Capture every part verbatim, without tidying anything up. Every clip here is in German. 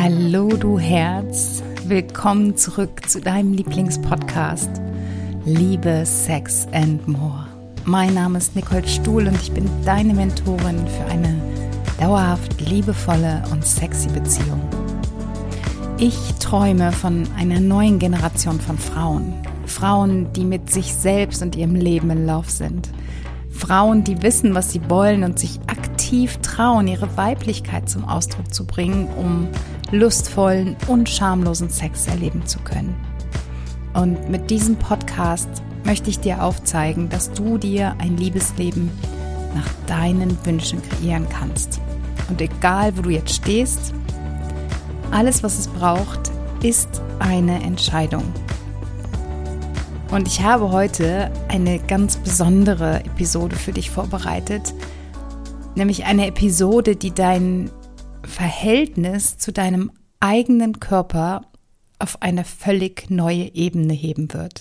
Hallo du Herz, willkommen zurück zu deinem Lieblingspodcast Liebe, Sex and More. Mein Name ist Nicole Stuhl und ich bin deine Mentorin für eine dauerhaft liebevolle und sexy Beziehung. Ich träume von einer neuen Generation von Frauen. Frauen, die mit sich selbst und ihrem Leben in Love sind. Frauen, die wissen, was sie wollen und sich aktiv trauen, ihre Weiblichkeit zum Ausdruck zu bringen, um lustvollen und schamlosen Sex erleben zu können. Und mit diesem Podcast möchte ich dir aufzeigen, dass du dir ein Liebesleben nach deinen Wünschen kreieren kannst. Und egal, wo du jetzt stehst, alles, was es braucht, ist eine Entscheidung. Und ich habe heute eine ganz besondere Episode für dich vorbereitet, nämlich eine Episode, die dein Verhältnis zu deinem eigenen Körper auf eine völlig neue Ebene heben wird.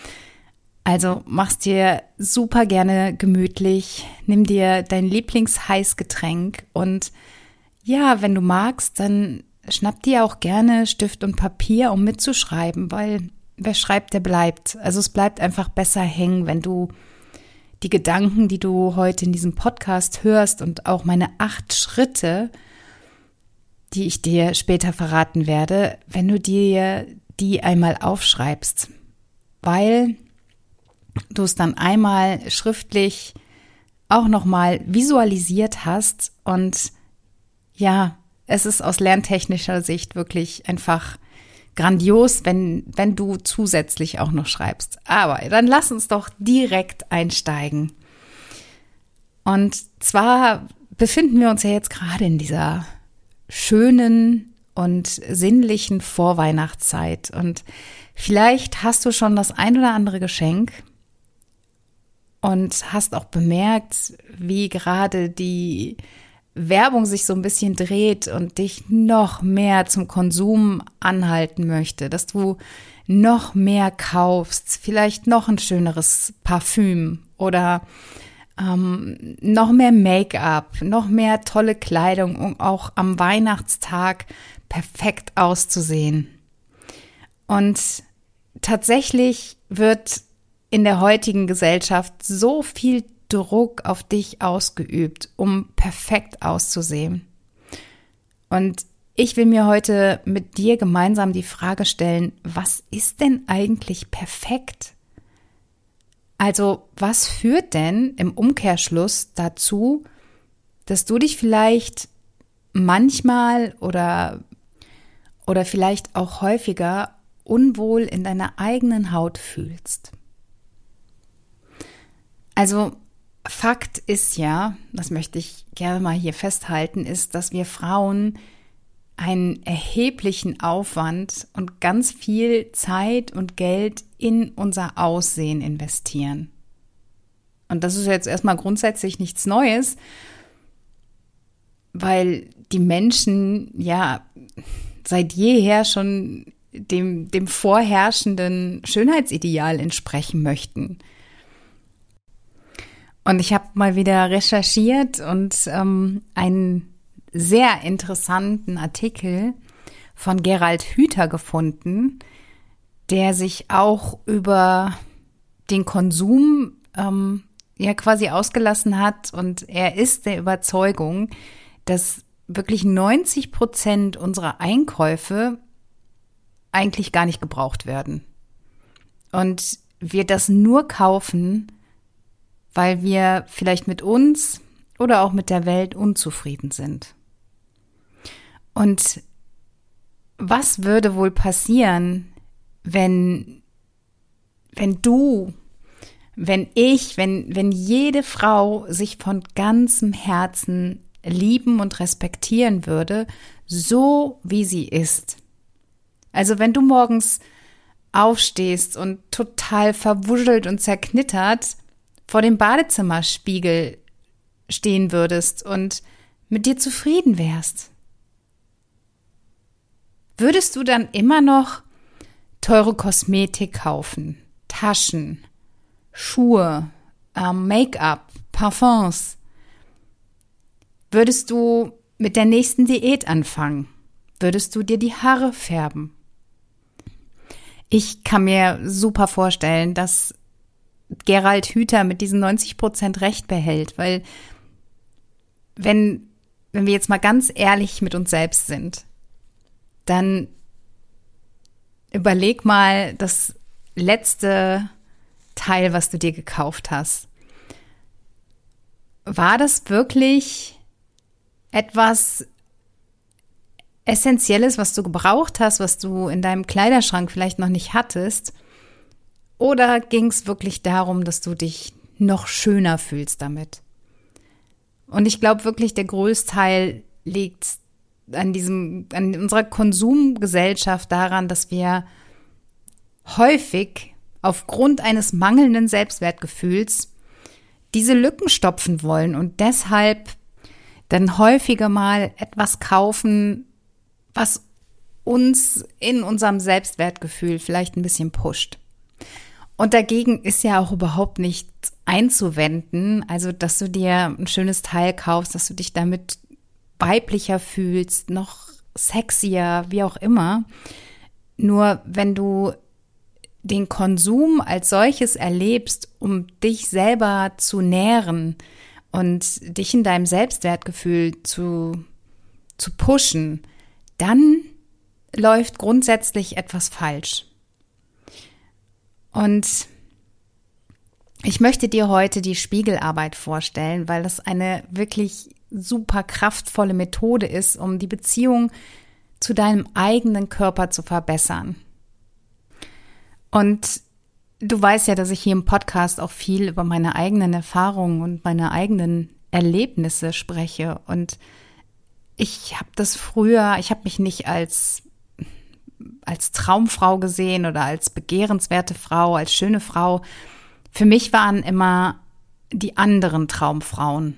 Also mach's dir super gerne gemütlich, nimm dir dein Lieblingsheißgetränk und ja, wenn du magst, dann schnapp dir auch gerne Stift und Papier, um mitzuschreiben, weil wer schreibt, der bleibt. Also es bleibt einfach besser hängen, wenn du die Gedanken, die du heute in diesem Podcast hörst und auch meine acht Schritte, die ich dir später verraten werde, wenn du dir die einmal aufschreibst, weil du es dann einmal schriftlich auch nochmal visualisiert hast und ja, es ist aus lerntechnischer Sicht wirklich einfach grandios, wenn, wenn du zusätzlich auch noch schreibst. Aber dann lass uns doch direkt einsteigen. Und zwar befinden wir uns ja jetzt gerade in dieser schönen und sinnlichen Vorweihnachtszeit. Und vielleicht hast du schon das ein oder andere Geschenk und hast auch bemerkt, wie gerade die Werbung sich so ein bisschen dreht und dich noch mehr zum Konsum anhalten möchte, dass du noch mehr kaufst, vielleicht noch ein schöneres Parfüm oder ähm, noch mehr Make-up, noch mehr tolle Kleidung, um auch am Weihnachtstag perfekt auszusehen. Und tatsächlich wird in der heutigen Gesellschaft so viel Druck auf dich ausgeübt, um perfekt auszusehen. Und ich will mir heute mit dir gemeinsam die Frage stellen, was ist denn eigentlich perfekt? Also, was führt denn im Umkehrschluss dazu, dass du dich vielleicht manchmal oder, oder vielleicht auch häufiger unwohl in deiner eigenen Haut fühlst? Also, Fakt ist ja, das möchte ich gerne mal hier festhalten, ist, dass wir Frauen einen erheblichen Aufwand und ganz viel Zeit und Geld in unser Aussehen investieren. Und das ist jetzt erstmal grundsätzlich nichts Neues, weil die Menschen ja seit jeher schon dem, dem vorherrschenden Schönheitsideal entsprechen möchten. Und ich habe mal wieder recherchiert und ähm, einen sehr interessanten Artikel von Gerald Hüther gefunden, der sich auch über den Konsum ähm, ja quasi ausgelassen hat. Und er ist der Überzeugung, dass wirklich neunzig Prozent unserer Einkäufe eigentlich gar nicht gebraucht werden. Und wir das nur kaufen, weil wir vielleicht mit uns oder auch mit der Welt unzufrieden sind. Und was würde wohl passieren, wenn, wenn du, wenn ich, wenn, wenn jede Frau sich von ganzem Herzen lieben und respektieren würde, so wie sie ist? Also wenn du morgens aufstehst und total verwuschelt und zerknittert vor dem Badezimmerspiegel stehen würdest und mit dir zufrieden wärst, würdest du dann immer noch teure Kosmetik kaufen, Taschen, Schuhe, ähm, Make-up, Parfums? Würdest du mit der nächsten Diät anfangen? Würdest du dir die Haare färben? Ich kann mir super vorstellen, dass Gerald Hüther mit diesen neunzig Prozent Recht behält, weil wenn, wenn wir jetzt mal ganz ehrlich mit uns selbst sind, dann überleg mal das letzte Teil, was du dir gekauft hast. War das wirklich etwas Essentielles, was du gebraucht hast, was du in deinem Kleiderschrank vielleicht noch nicht hattest? Oder ging es wirklich darum, dass du dich noch schöner fühlst damit? Und ich glaube wirklich, der Großteil liegt an diesem, an unserer Konsumgesellschaft daran, dass wir häufig aufgrund eines mangelnden Selbstwertgefühls diese Lücken stopfen wollen und deshalb dann häufiger mal etwas kaufen, was uns in unserem Selbstwertgefühl vielleicht ein bisschen pusht. Und dagegen ist ja auch überhaupt nichts einzuwenden, also dass du dir ein schönes Teil kaufst, dass du dich damit weiblicher fühlst, noch sexier, wie auch immer. Nur wenn du den Konsum als solches erlebst, um dich selber zu nähren und dich in deinem Selbstwertgefühl zu, zu pushen, dann läuft grundsätzlich etwas falsch. Und ich möchte dir heute die Spiegelarbeit vorstellen, weil das eine wirklich super kraftvolle Methode ist, um die Beziehung zu deinem eigenen Körper zu verbessern. Und du weißt ja, dass ich hier im Podcast auch viel über meine eigenen Erfahrungen und meine eigenen Erlebnisse spreche. Und ich habe das früher, ich habe mich nicht als, als Traumfrau gesehen oder als begehrenswerte Frau, als schöne Frau. Für mich waren immer die anderen Traumfrauen.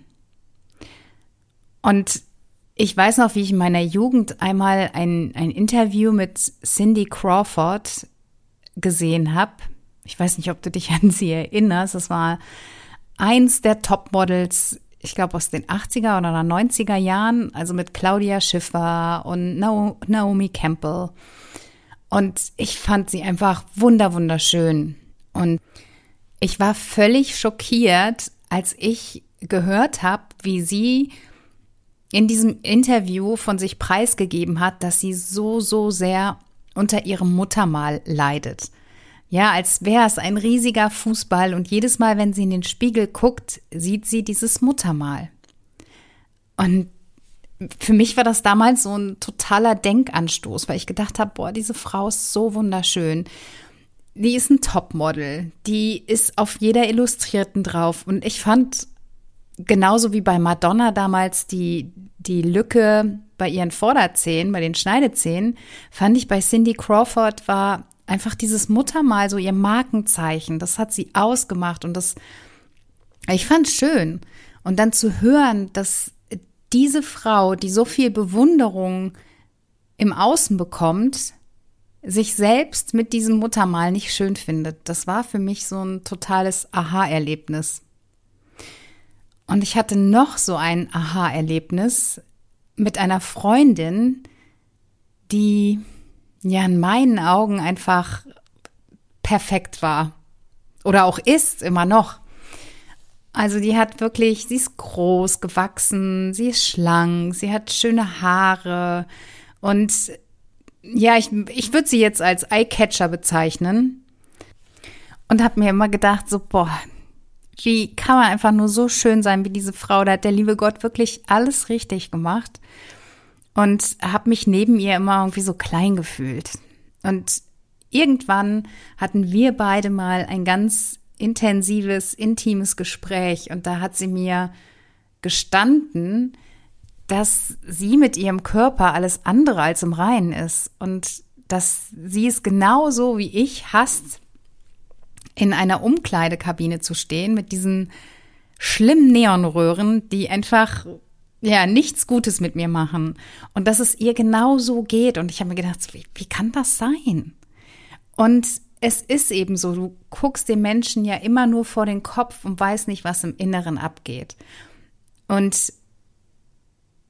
Und ich weiß noch, wie ich in meiner Jugend einmal ein, ein Interview mit Cindy Crawford gesehen habe. Ich weiß nicht, ob du dich an sie erinnerst. Das war eins der Topmodels, ich glaube aus den achtziger oder neunziger Jahren, also mit Claudia Schiffer und Naomi Campbell. Und ich fand sie einfach wunder wunderschön. Und ich war völlig schockiert, als ich gehört habe, wie sie in diesem Interview von sich preisgegeben hat, dass sie so, so sehr unter ihrem Muttermal leidet. Ja, als wäre es ein riesiger Fußball und jedes Mal, wenn sie in den Spiegel guckt, sieht sie dieses Muttermal. Und für mich war das damals so ein totaler Denkanstoß, weil ich gedacht habe, boah, diese Frau ist so wunderschön. Die ist ein Topmodel, die ist auf jeder Illustrierten drauf. Und ich fand, genauso wie bei Madonna damals die, die Lücke bei ihren Vorderzähnen, bei den Schneidezähnen, fand ich bei Cindy Crawford war einfach dieses Muttermal so ihr Markenzeichen. Das hat sie ausgemacht und das, ich fand es schön. Und dann zu hören, dass diese Frau, die so viel Bewunderung im Außen bekommt, sich selbst mit diesem Muttermal nicht schön findet, das war für mich so ein totales Aha-Erlebnis. Und ich hatte noch so ein Aha-Erlebnis mit einer Freundin, die ja in meinen Augen einfach perfekt war. Oder auch ist, immer noch. Also die hat wirklich, sie ist groß gewachsen, sie ist schlank, sie hat schöne Haare. Und ja, ich, ich würde sie jetzt als Eyecatcher bezeichnen. Und habe mir immer gedacht, so boah, wie kann man einfach nur so schön sein wie diese Frau? Da hat der liebe Gott wirklich alles richtig gemacht. Und habe mich neben ihr immer irgendwie so klein gefühlt. Und irgendwann hatten wir beide mal ein ganz intensives, intimes Gespräch. Und da hat sie mir gestanden, dass sie mit ihrem Körper alles andere als im Reinen ist. Und dass sie es genauso wie ich hasst, in einer Umkleidekabine zu stehen mit diesen schlimmen Neonröhren, die einfach ja nichts Gutes mit mir machen. Und dass es ihr genauso geht. Und ich habe mir gedacht, wie, wie kann das sein? Und es ist eben so, du guckst den Menschen ja immer nur vor den Kopf und weißt nicht, was im Inneren abgeht. Und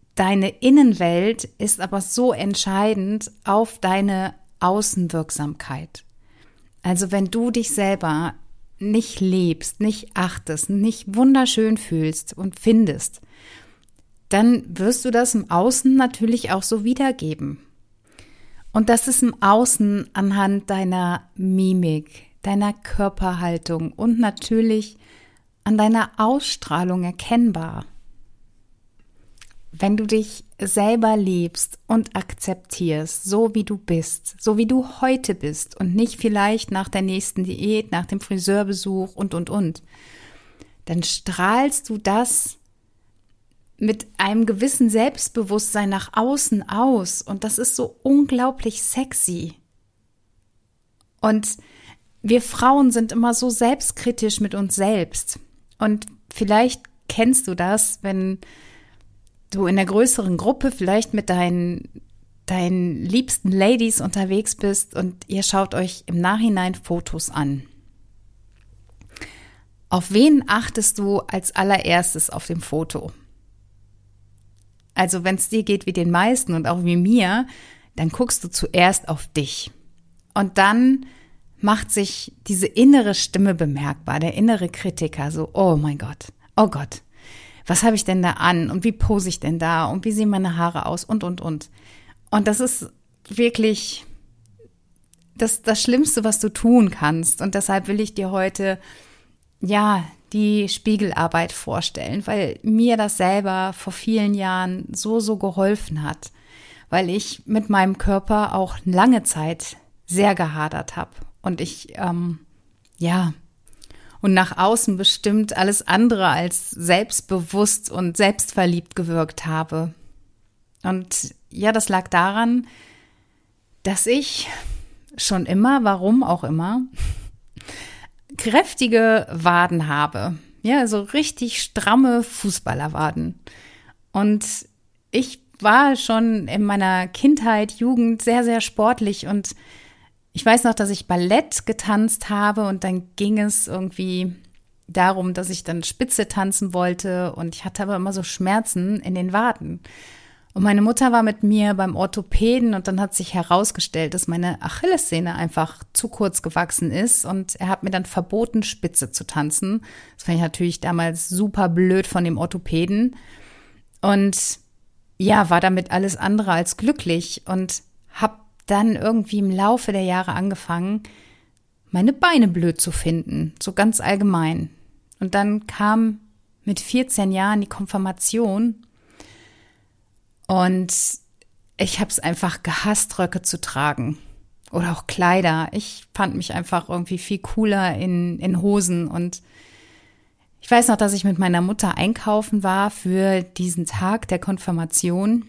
deine Innenwelt ist aber so entscheidend auf deine Außenwirksamkeit. Also wenn du dich selber nicht lebst, nicht achtest, nicht wunderschön fühlst und findest, dann wirst du das im Außen natürlich auch so wiedergeben. Und das ist im Außen anhand deiner Mimik, deiner Körperhaltung und natürlich an deiner Ausstrahlung erkennbar. Wenn du dich selber liebst und akzeptierst, so wie du bist, so wie du heute bist und nicht vielleicht nach der nächsten Diät, nach dem Friseurbesuch und, und, und, dann strahlst du das mit einem gewissen Selbstbewusstsein nach außen aus und das ist so unglaublich sexy. Und wir Frauen sind immer so selbstkritisch mit uns selbst und vielleicht kennst du das, wenn du in einer größeren Gruppe vielleicht mit deinen, deinen liebsten Ladies unterwegs bist und ihr schaut euch im Nachhinein Fotos an. Auf wen achtest du als allererstes auf dem Foto? Also wenn es dir geht wie den meisten und auch wie mir, dann guckst du zuerst auf dich. Und dann macht sich diese innere Stimme bemerkbar, der innere Kritiker, so, oh mein Gott, oh Gott. Was habe ich denn da an und wie pose ich denn da und wie sehen meine Haare aus und, und, und. Und das ist wirklich das, das Schlimmste, was du tun kannst. Und deshalb will ich dir heute, ja, die Spiegelarbeit vorstellen, weil mir das selber vor vielen Jahren so, so geholfen hat. Weil ich mit meinem Körper auch lange Zeit sehr gehadert habe. Und ich, ähm, ja, und nach außen bestimmt alles andere als selbstbewusst und selbstverliebt gewirkt habe. Und ja, das lag daran, dass ich schon immer, warum auch immer, kräftige Waden habe. Ja, so richtig stramme Fußballerwaden. Und ich war schon in meiner Kindheit, Jugend sehr, sehr sportlich und ich weiß noch, dass ich Ballett getanzt habe und dann ging es irgendwie darum, dass ich dann Spitze tanzen wollte und ich hatte aber immer so Schmerzen in den Waden. Und meine Mutter war mit mir beim Orthopäden und dann hat sich herausgestellt, dass meine Achillessehne einfach zu kurz gewachsen ist und er hat mir dann verboten, Spitze zu tanzen. Das fand ich natürlich damals super blöd von dem Orthopäden und ja, war damit alles andere als glücklich und habe dann irgendwie im Laufe der Jahre angefangen, meine Beine blöd zu finden, so ganz allgemein. Und dann kam mit vierzehn Jahren die Konfirmation und ich habe es einfach gehasst, Röcke zu tragen oder auch Kleider. Ich fand mich einfach irgendwie viel cooler in, in Hosen und ich weiß noch, dass ich mit meiner Mutter einkaufen war für diesen Tag der Konfirmation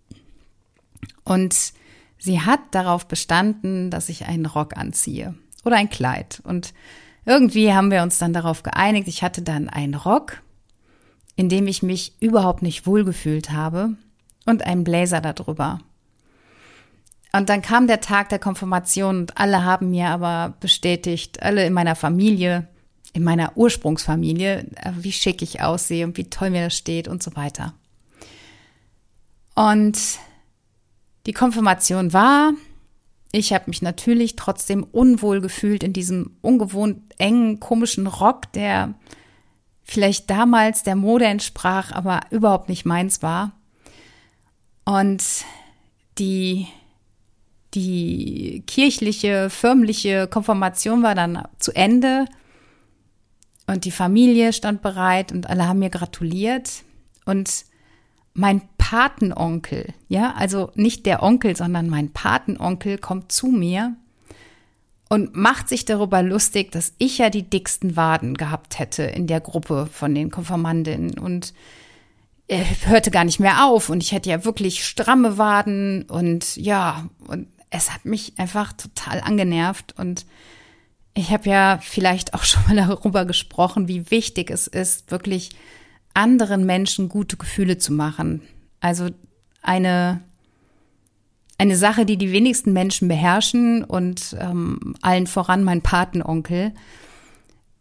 und sie hat darauf bestanden, dass ich einen Rock anziehe oder ein Kleid. Und irgendwie haben wir uns dann darauf geeinigt. Ich hatte dann einen Rock, in dem ich mich überhaupt nicht wohlgefühlt habe und einen Blazer darüber. Und dann kam der Tag der Konfirmation und alle haben mir aber bestätigt, alle in meiner Familie, in meiner Ursprungsfamilie, wie schick ich aussehe und wie toll mir das steht und so weiter. Und die Konfirmation war, ich habe mich natürlich trotzdem unwohl gefühlt in diesem ungewohnt engen, komischen Rock, der vielleicht damals der Mode entsprach, aber überhaupt nicht meins war. Und die, die kirchliche, förmliche Konfirmation war dann zu Ende und die Familie stand bereit und alle haben mir gratuliert und mein Patenonkel, ja, also nicht der Onkel, sondern mein Patenonkel kommt zu mir und macht sich darüber lustig, dass ich ja die dicksten Waden gehabt hätte in der Gruppe von den Konfirmandinnen und er hörte gar nicht mehr auf und ich hätte ja wirklich stramme Waden und ja, und es hat mich einfach total angenervt und ich habe ja vielleicht auch schon mal darüber gesprochen, wie wichtig es ist, wirklich anderen Menschen gute Gefühle zu machen. Also eine, eine Sache, die die wenigsten Menschen beherrschen und ähm, allen voran mein Patenonkel.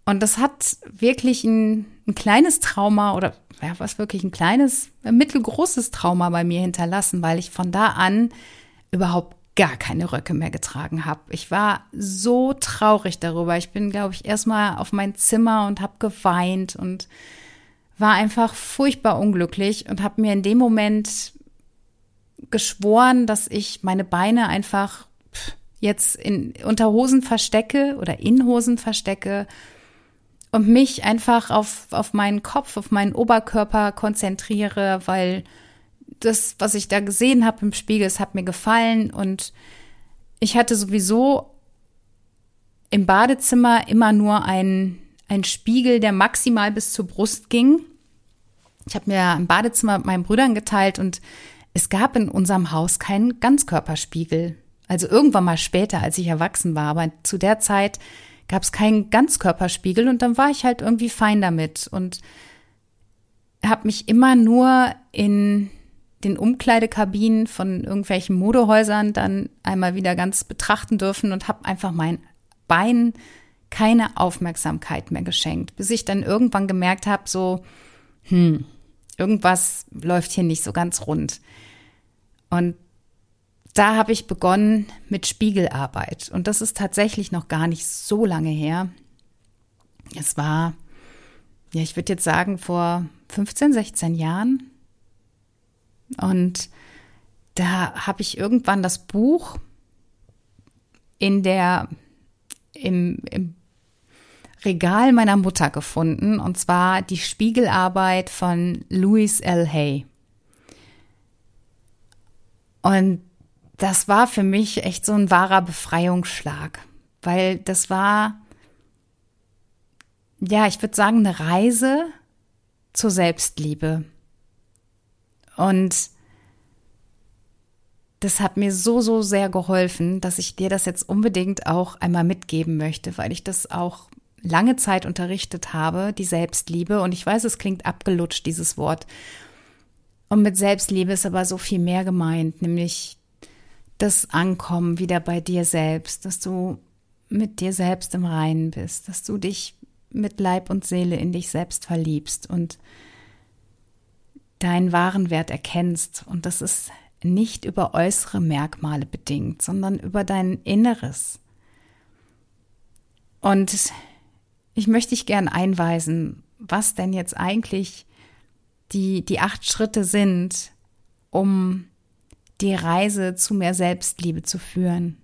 Und das hat wirklich ein, ein kleines Trauma oder ja, was wirklich ein kleines, ein mittelgroßes Trauma bei mir hinterlassen, weil ich von da an überhaupt gar keine Röcke mehr getragen habe. Ich war so traurig darüber. Ich bin, glaube ich, erstmal auf mein Zimmer und habe geweint und war einfach furchtbar unglücklich und habe mir in dem Moment geschworen, dass ich meine Beine einfach jetzt in Unterhosen verstecke oder in Hosen verstecke und mich einfach auf, auf meinen Kopf, auf meinen Oberkörper konzentriere, weil das, was ich da gesehen habe im Spiegel, es hat mir gefallen und ich hatte sowieso im Badezimmer immer nur einen, einen Spiegel, der maximal bis zur Brust ging. Ich habe mir ein Badezimmer mit meinen Brüdern geteilt und es gab in unserem Haus keinen Ganzkörperspiegel. Also irgendwann mal später, als ich erwachsen war, aber zu der Zeit gab es keinen Ganzkörperspiegel und dann war ich halt irgendwie fein damit und habe mich immer nur in den Umkleidekabinen von irgendwelchen Modehäusern dann einmal wieder ganz betrachten dürfen und habe einfach mein Bein keine Aufmerksamkeit mehr geschenkt, bis ich dann irgendwann gemerkt habe, so, hm, irgendwas läuft hier nicht so ganz rund. Und da habe ich begonnen mit Spiegelarbeit und das ist tatsächlich noch gar nicht so lange her. Es war, ja, ich würde jetzt sagen, vor fünfzehn, sechzehn Jahren. Und da habe ich irgendwann das Buch in der, im, im Regal meiner Mutter gefunden, und zwar die Spiegelarbeit von Louise L. Hay. Und das war für mich echt so ein wahrer Befreiungsschlag, weil das war, ja, ich würde sagen, eine Reise zur Selbstliebe. Und das hat mir so, so sehr geholfen, dass ich dir das jetzt unbedingt auch einmal mitgeben möchte, weil ich das auch lange Zeit unterrichtet habe, die Selbstliebe. Und ich weiß, es klingt abgelutscht, dieses Wort. Und mit Selbstliebe ist aber so viel mehr gemeint, nämlich das Ankommen wieder bei dir selbst, dass du mit dir selbst im Reinen bist, dass du dich mit Leib und Seele in dich selbst verliebst und deinen wahren Wert erkennst. Und das ist nicht über äußere Merkmale bedingt, sondern über dein Inneres. Und ich möchte dich gern einweisen, was denn jetzt eigentlich die, die acht Schritte sind, um die Reise zu mehr Selbstliebe zu führen.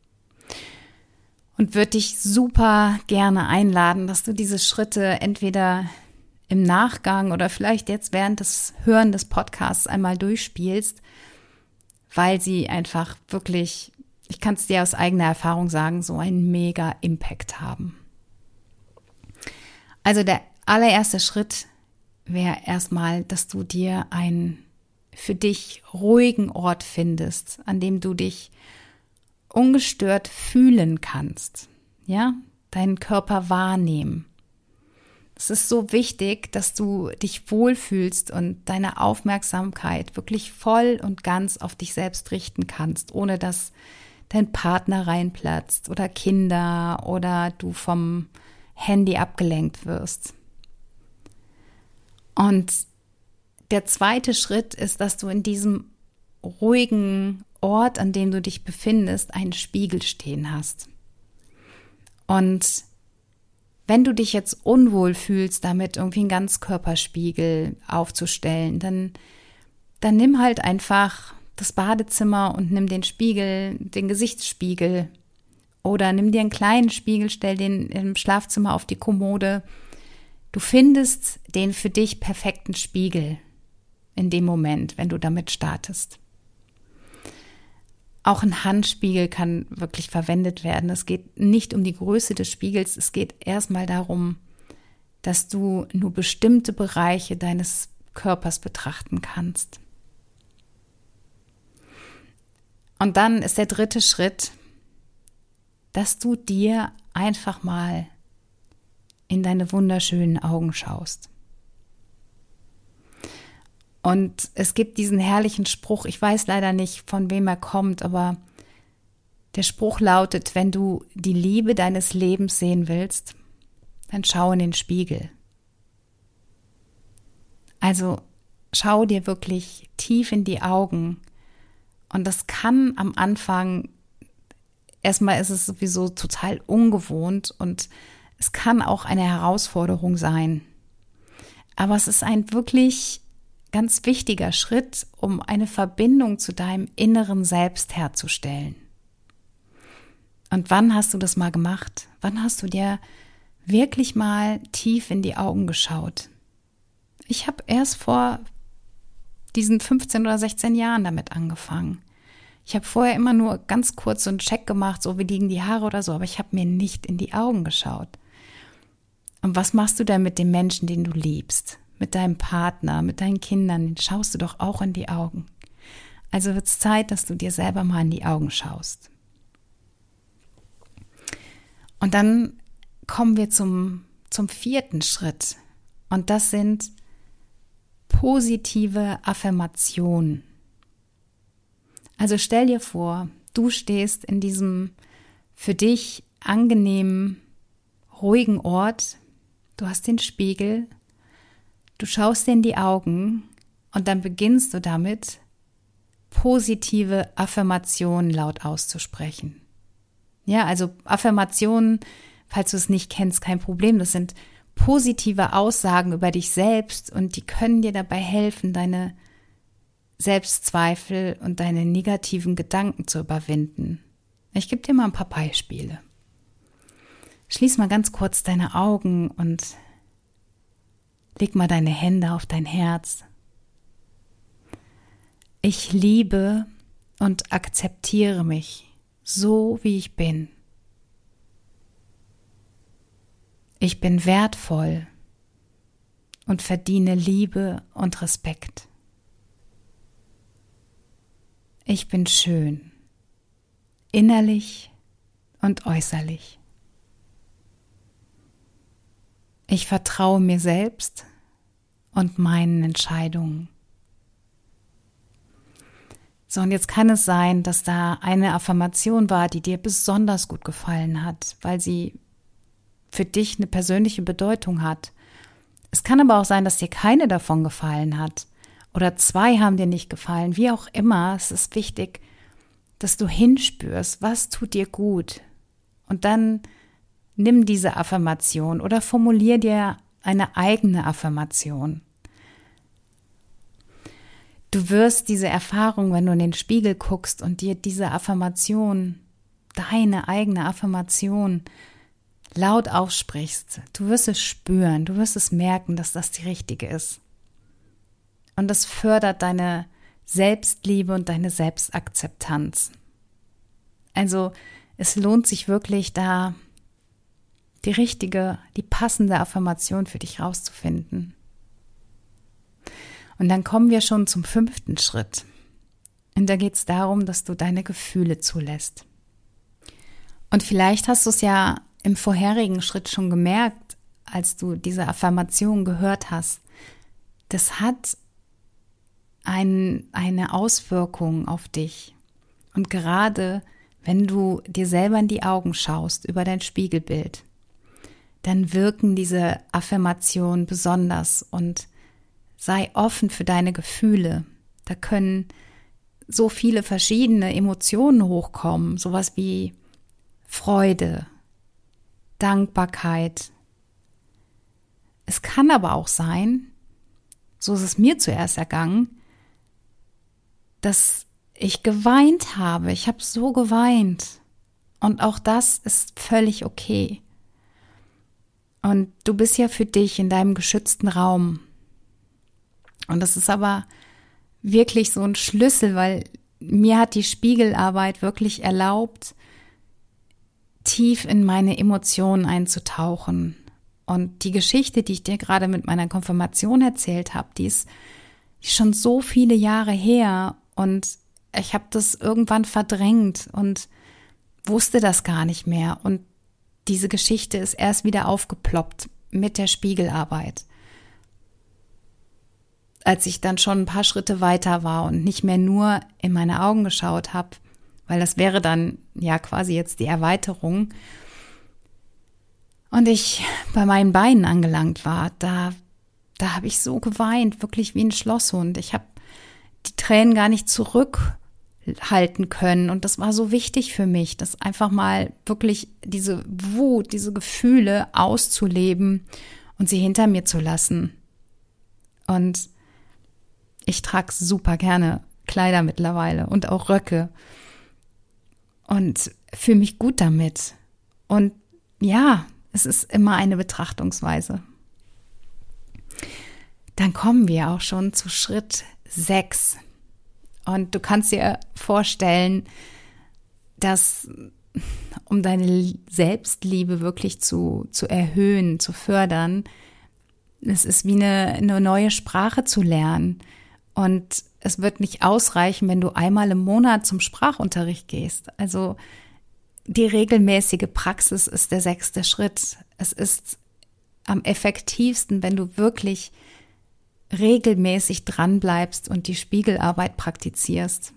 Und würde dich super gerne einladen, dass du diese Schritte entweder im Nachgang oder vielleicht jetzt während des Hören des Podcasts einmal durchspielst, weil sie einfach wirklich, ich kann es dir aus eigener Erfahrung sagen, so einen mega Impact haben. Also der allererste Schritt wäre erstmal, dass du dir einen für dich ruhigen Ort findest, an dem du dich ungestört fühlen kannst, ja, deinen Körper wahrnehmen. Es ist so wichtig, dass du dich wohlfühlst und deine Aufmerksamkeit wirklich voll und ganz auf dich selbst richten kannst, ohne dass dein Partner reinplatzt oder Kinder oder du vom Handy abgelenkt wirst. Und der zweite Schritt ist, dass du in diesem ruhigen Ort, an dem du dich befindest, einen Spiegel stehen hast. Und wenn du dich jetzt unwohl fühlst, damit irgendwie einen Ganzkörperspiegel aufzustellen, dann, dann nimm halt einfach das Badezimmer und nimm den Spiegel, den Gesichtsspiegel. Oder nimm dir einen kleinen Spiegel, stell den im Schlafzimmer auf die Kommode. Du findest den für dich perfekten Spiegel in dem Moment, wenn du damit startest. Auch ein Handspiegel kann wirklich verwendet werden. Es geht nicht um die Größe des Spiegels, es geht erstmal darum, dass du nur bestimmte Bereiche deines Körpers betrachten kannst. Und dann ist der dritte Schritt, dass du dir einfach mal in deine wunderschönen Augen schaust. Und es gibt diesen herrlichen Spruch, ich weiß leider nicht, von wem er kommt, aber der Spruch lautet, wenn du die Liebe deines Lebens sehen willst, dann schau in den Spiegel. Also schau dir wirklich tief in die Augen. Und das kann am Anfang, erstmal ist es sowieso total ungewohnt und es kann auch eine Herausforderung sein. Aber es ist ein wirklich ganz wichtiger Schritt, um eine Verbindung zu deinem inneren Selbst herzustellen. Und wann hast du das mal gemacht? Wann hast du dir wirklich mal tief in die Augen geschaut? Ich habe erst vor diesen fünfzehn oder sechzehn Jahren damit angefangen. Ich habe vorher immer nur ganz kurz so einen Check gemacht, so wie liegen die Haare oder so, aber ich habe mir nicht in die Augen geschaut. Und was machst du denn mit dem Menschen, den du liebst? Mit deinem Partner, mit deinen Kindern, den schaust du doch auch in die Augen. Also wird es Zeit, dass du dir selber mal in die Augen schaust. Und dann kommen wir zum, zum vierten Schritt. Und das sind positive Affirmationen. Also stell dir vor, du stehst in diesem für dich angenehmen, ruhigen Ort. Du hast den Spiegel. Du schaust dir in die Augen und dann beginnst du damit, positive Affirmationen laut auszusprechen. Ja, also Affirmationen, falls du es nicht kennst, kein Problem. Das sind positive Aussagen über dich selbst und die können dir dabei helfen, deine Selbstzweifel und deine negativen Gedanken zu überwinden. Ich gebe dir mal ein paar Beispiele. Schließ mal ganz kurz deine Augen und leg mal deine Hände auf dein Herz. Ich liebe und akzeptiere mich so, wie ich bin. Ich bin wertvoll und verdiene Liebe und Respekt. Ich bin schön, innerlich und äußerlich. Ich vertraue mir selbst und meinen Entscheidungen. So, und jetzt kann es sein, dass da eine Affirmation war, die dir besonders gut gefallen hat, weil sie für dich eine persönliche Bedeutung hat. Es kann aber auch sein, dass dir keine davon gefallen hat oder zwei haben dir nicht gefallen, wie auch immer. Es ist wichtig, dass du hinspürst, was tut dir gut und dann nimm diese Affirmation oder formulier dir eine eigene Affirmation. Du wirst diese Erfahrung, wenn du in den Spiegel guckst und dir diese Affirmation, deine eigene Affirmation laut aussprichst, du wirst es spüren, du wirst es merken, dass das die richtige ist. Und das fördert deine Selbstliebe und deine Selbstakzeptanz. Also es lohnt sich wirklich, da die richtige, die passende Affirmation für dich rauszufinden. Und dann kommen wir schon zum fünften Schritt. Und da geht es darum, dass du deine Gefühle zulässt. Und vielleicht hast du es ja im vorherigen Schritt schon gemerkt, als du diese Affirmation gehört hast. Das hat ein, eine Auswirkung auf dich. Und gerade wenn du dir selber in die Augen schaust über dein Spiegelbild, dann wirken diese Affirmationen besonders und sei offen für deine Gefühle. Da können so viele verschiedene Emotionen hochkommen, sowas wie Freude, Dankbarkeit. Es kann aber auch sein, so ist es mir zuerst ergangen, dass ich geweint habe. Ich habe so geweint. Und auch das ist völlig okay. Und du bist ja für dich in deinem geschützten Raum. Und das ist aber wirklich so ein Schlüssel, weil mir hat die Spiegelarbeit wirklich erlaubt, tief in meine Emotionen einzutauchen. Und die Geschichte, die ich dir gerade mit meiner Konfirmation erzählt habe, die ist schon so viele Jahre her und ich habe das irgendwann verdrängt und wusste das gar nicht mehr. Und diese Geschichte ist erst wieder aufgeploppt mit der Spiegelarbeit. Als ich dann schon ein paar Schritte weiter war und nicht mehr nur in meine Augen geschaut habe, weil das wäre dann ja quasi jetzt die Erweiterung. Und ich bei meinen Beinen angelangt war, da, da habe ich so geweint, wirklich wie ein Schlosshund. Ich habe die Tränen gar nicht zurückhalten können. Und das war so wichtig für mich, das einfach mal wirklich diese Wut, diese Gefühle auszuleben und sie hinter mir zu lassen. Und ich trage super gerne Kleider mittlerweile und auch Röcke und fühle mich gut damit. Und ja, es ist immer eine Betrachtungsweise. Dann kommen wir auch schon zu Schritt sechs. Und du kannst dir vorstellen, dass um deine Selbstliebe wirklich zu, zu erhöhen, zu fördern, es ist wie eine, eine neue Sprache zu lernen. Und es wird nicht ausreichen, wenn du einmal im Monat zum Sprachunterricht gehst. Also die regelmäßige Praxis ist der sechste Schritt. Es ist am effektivsten, wenn du wirklich regelmäßig dranbleibst und die Spiegelarbeit praktizierst.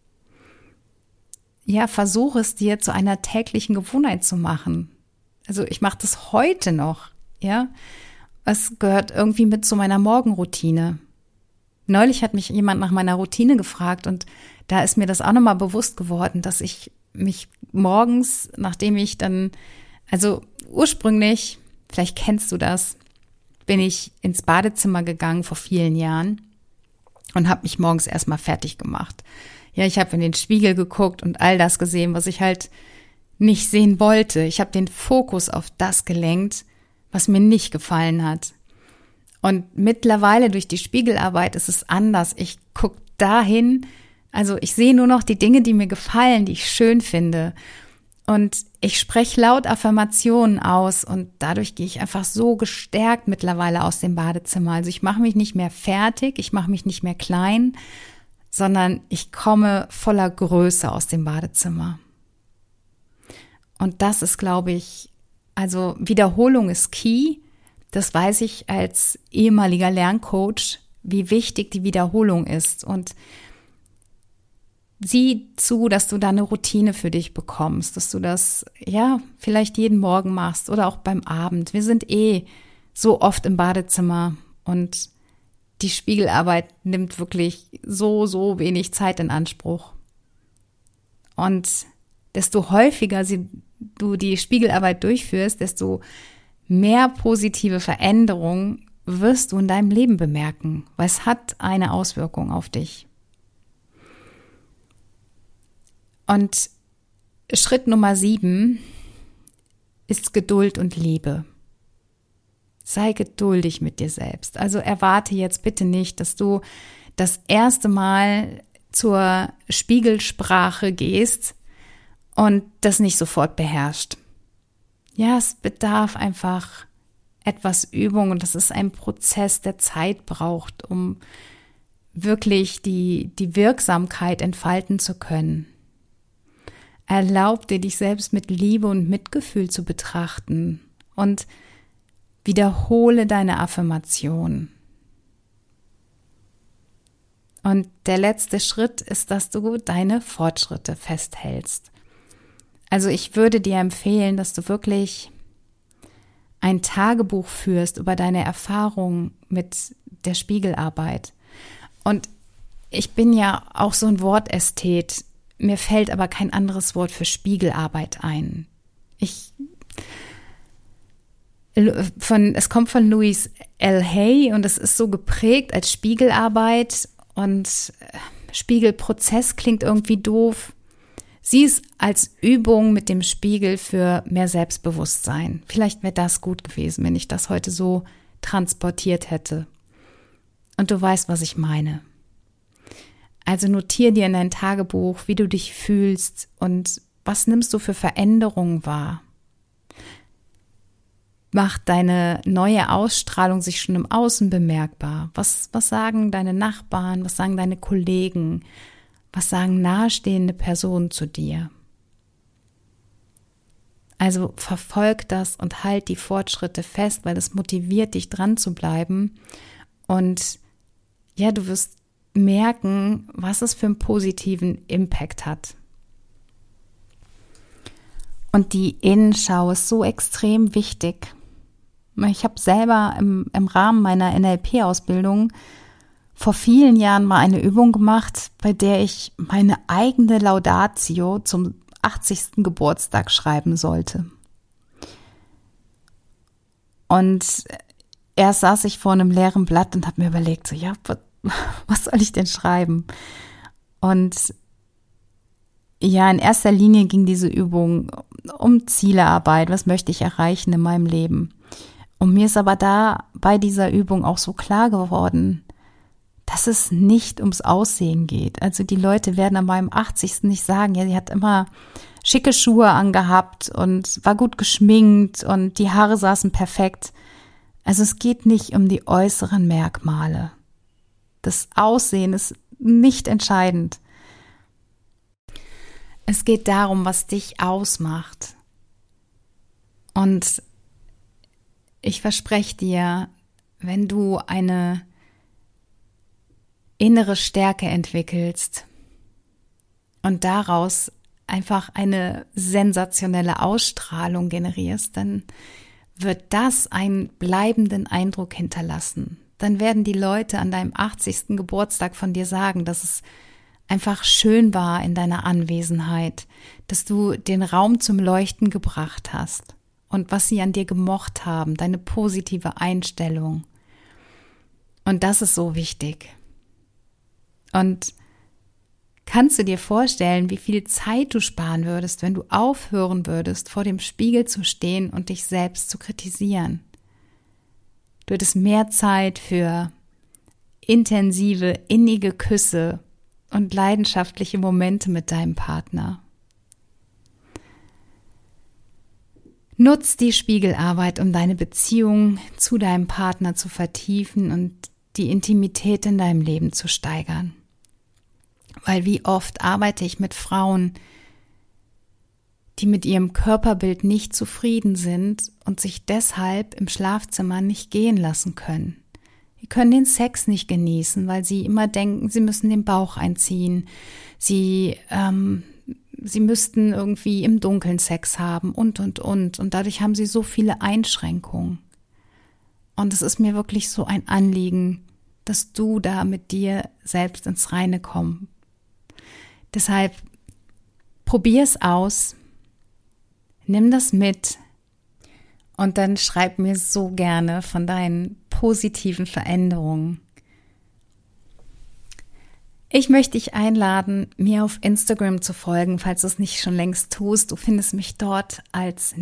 Ja, versuche es dir zu einer täglichen Gewohnheit zu machen. Also ich mache das heute noch, ja. Es gehört irgendwie mit zu meiner Morgenroutine. Neulich hat mich jemand nach meiner Routine gefragt und da ist mir das auch nochmal bewusst geworden, dass ich mich morgens, nachdem ich dann, also ursprünglich, vielleicht kennst du das, bin ich ins Badezimmer gegangen vor vielen Jahren und habe mich morgens erstmal fertig gemacht. Ja, ich habe in den Spiegel geguckt und all das gesehen, was ich halt nicht sehen wollte. Ich habe den Fokus auf das gelenkt, was mir nicht gefallen hat. Und mittlerweile durch die Spiegelarbeit ist es anders. Ich gucke dahin, also ich sehe nur noch die Dinge, die mir gefallen, die ich schön finde. Und ich spreche laut Affirmationen aus und dadurch gehe ich einfach so gestärkt mittlerweile aus dem Badezimmer. Also ich mache mich nicht mehr fertig, ich mache mich nicht mehr klein, sondern ich komme voller Größe aus dem Badezimmer. Und das ist, glaube ich, also Wiederholung ist key. Das weiß ich als ehemaliger Lerncoach, wie wichtig die Wiederholung ist. Und sieh zu, dass du da eine Routine für dich bekommst, dass du das, ja, vielleicht jeden Morgen machst oder auch beim Abend. Wir sind eh so oft im Badezimmer und die Spiegelarbeit nimmt wirklich so, so wenig Zeit in Anspruch. Und desto häufiger sie, du die Spiegelarbeit durchführst, desto mehr positive Veränderungen wirst du in deinem Leben bemerken, weil es hat eine Auswirkung auf dich. Und Schritt Nummer sieben ist Geduld und Liebe. Sei geduldig mit dir selbst. Also erwarte jetzt bitte nicht, dass du das erste Mal zur Spiegelsprache gehst und das nicht sofort beherrscht. Ja, es bedarf einfach etwas Übung und das ist ein Prozess, der Zeit braucht, um wirklich die, die Wirksamkeit entfalten zu können. Erlaub dir, dich selbst mit Liebe und Mitgefühl zu betrachten und wiederhole deine Affirmation. Und der letzte Schritt ist, dass du deine Fortschritte festhältst. Also ich würde dir empfehlen, dass du wirklich ein Tagebuch führst über deine Erfahrungen mit der Spiegelarbeit. Und ich bin ja auch so ein Wortästhet. Mir fällt aber kein anderes Wort für Spiegelarbeit ein. Ich von es kommt von Louise L. Hay und es ist so geprägt als Spiegelarbeit und Spiegelprozess klingt irgendwie doof. Sieh es als Übung mit dem Spiegel für mehr Selbstbewusstsein. Vielleicht wäre das gut gewesen, wenn ich das heute so transportiert hätte. Und du weißt, was ich meine. Also notier dir in dein Tagebuch, wie du dich fühlst und was nimmst du für Veränderungen wahr. Macht deine neue Ausstrahlung sich schon im Außen bemerkbar? Was, was sagen deine Nachbarn, was sagen deine Kollegen, was sagen nahestehende Personen zu dir? Also verfolg das und halt die Fortschritte fest, weil es motiviert dich dran zu bleiben. Und ja, du wirst merken, was es für einen positiven Impact hat. Und die Innenschau ist so extrem wichtig. Ich habe selber im, im Rahmen meiner N L P-Ausbildung vor vielen Jahren mal eine Übung gemacht, bei der ich meine eigene Laudatio zum achtzigsten Geburtstag schreiben sollte. Und erst saß ich vor einem leeren Blatt und habe mir überlegt, so ja, was, was soll ich denn schreiben? Und ja, in erster Linie ging diese Übung um Zielearbeit, was möchte ich erreichen in meinem Leben. Und mir ist aber da bei dieser Übung auch so klar geworden, dass es nicht ums Aussehen geht. Also die Leute werden an meinem achtzigsten nicht sagen, ja, sie hat immer schicke Schuhe angehabt und war gut geschminkt und die Haare saßen perfekt. Also es geht nicht um die äußeren Merkmale. Das Aussehen ist nicht entscheidend. Es geht darum, was dich ausmacht. Und ich verspreche dir, wenn du eine innere Stärke entwickelst und daraus einfach eine sensationelle Ausstrahlung generierst, dann wird das einen bleibenden Eindruck hinterlassen. Dann werden die Leute an deinem achtzigsten Geburtstag von dir sagen, dass es einfach schön war in deiner Anwesenheit, dass du den Raum zum Leuchten gebracht hast und was sie an dir gemocht haben, deine positive Einstellung. Und das ist so wichtig. Und kannst du dir vorstellen, wie viel Zeit du sparen würdest, wenn du aufhören würdest, vor dem Spiegel zu stehen und dich selbst zu kritisieren? Du hättest mehr Zeit für intensive, innige Küsse und leidenschaftliche Momente mit deinem Partner. Nutz die Spiegelarbeit, um deine Beziehung zu deinem Partner zu vertiefen und die Intimität in deinem Leben zu steigern. Weil wie oft arbeite ich mit Frauen, die mit ihrem Körperbild nicht zufrieden sind und sich deshalb im Schlafzimmer nicht gehen lassen können. Die können den Sex nicht genießen, weil sie immer denken, sie müssen den Bauch einziehen, sie, ähm, sie müssten irgendwie im Dunkeln Sex haben und, und, und. Und dadurch haben sie so viele Einschränkungen. Und es ist mir wirklich so ein Anliegen, dass du da mit dir selbst ins Reine kommst. Deshalb probier es aus, nimm das mit und dann schreib mir so gerne von deinen positiven Veränderungen. Ich möchte dich einladen, mir auf Instagram zu folgen, falls du es nicht schon längst tust. Du findest mich dort als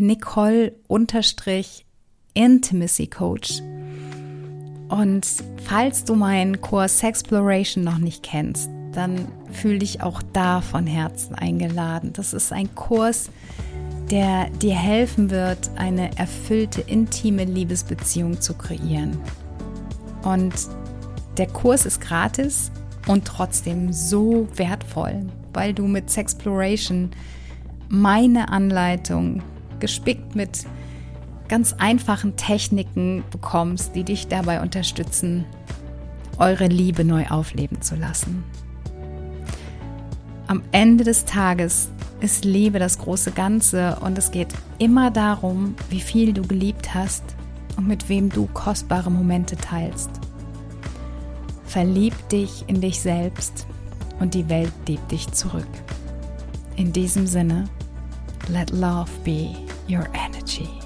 Nicole-Intimacy Coach. Und falls du meinen Kurs Sexploration noch nicht kennst, dann fühl dich auch da von Herzen eingeladen. Das ist ein Kurs, der dir helfen wird, eine erfüllte, intime Liebesbeziehung zu kreieren. Und der Kurs ist gratis und trotzdem so wertvoll, weil du mit Sexploration meine Anleitung, gespickt mit ganz einfachen Techniken bekommst, die dich dabei unterstützen, eure Liebe neu aufleben zu lassen. Am Ende des Tages ist Liebe das große Ganze und es geht immer darum, wie viel du geliebt hast und mit wem du kostbare Momente teilst. Verlieb dich in dich selbst und die Welt liebt dich zurück. In diesem Sinne, let love be your energy.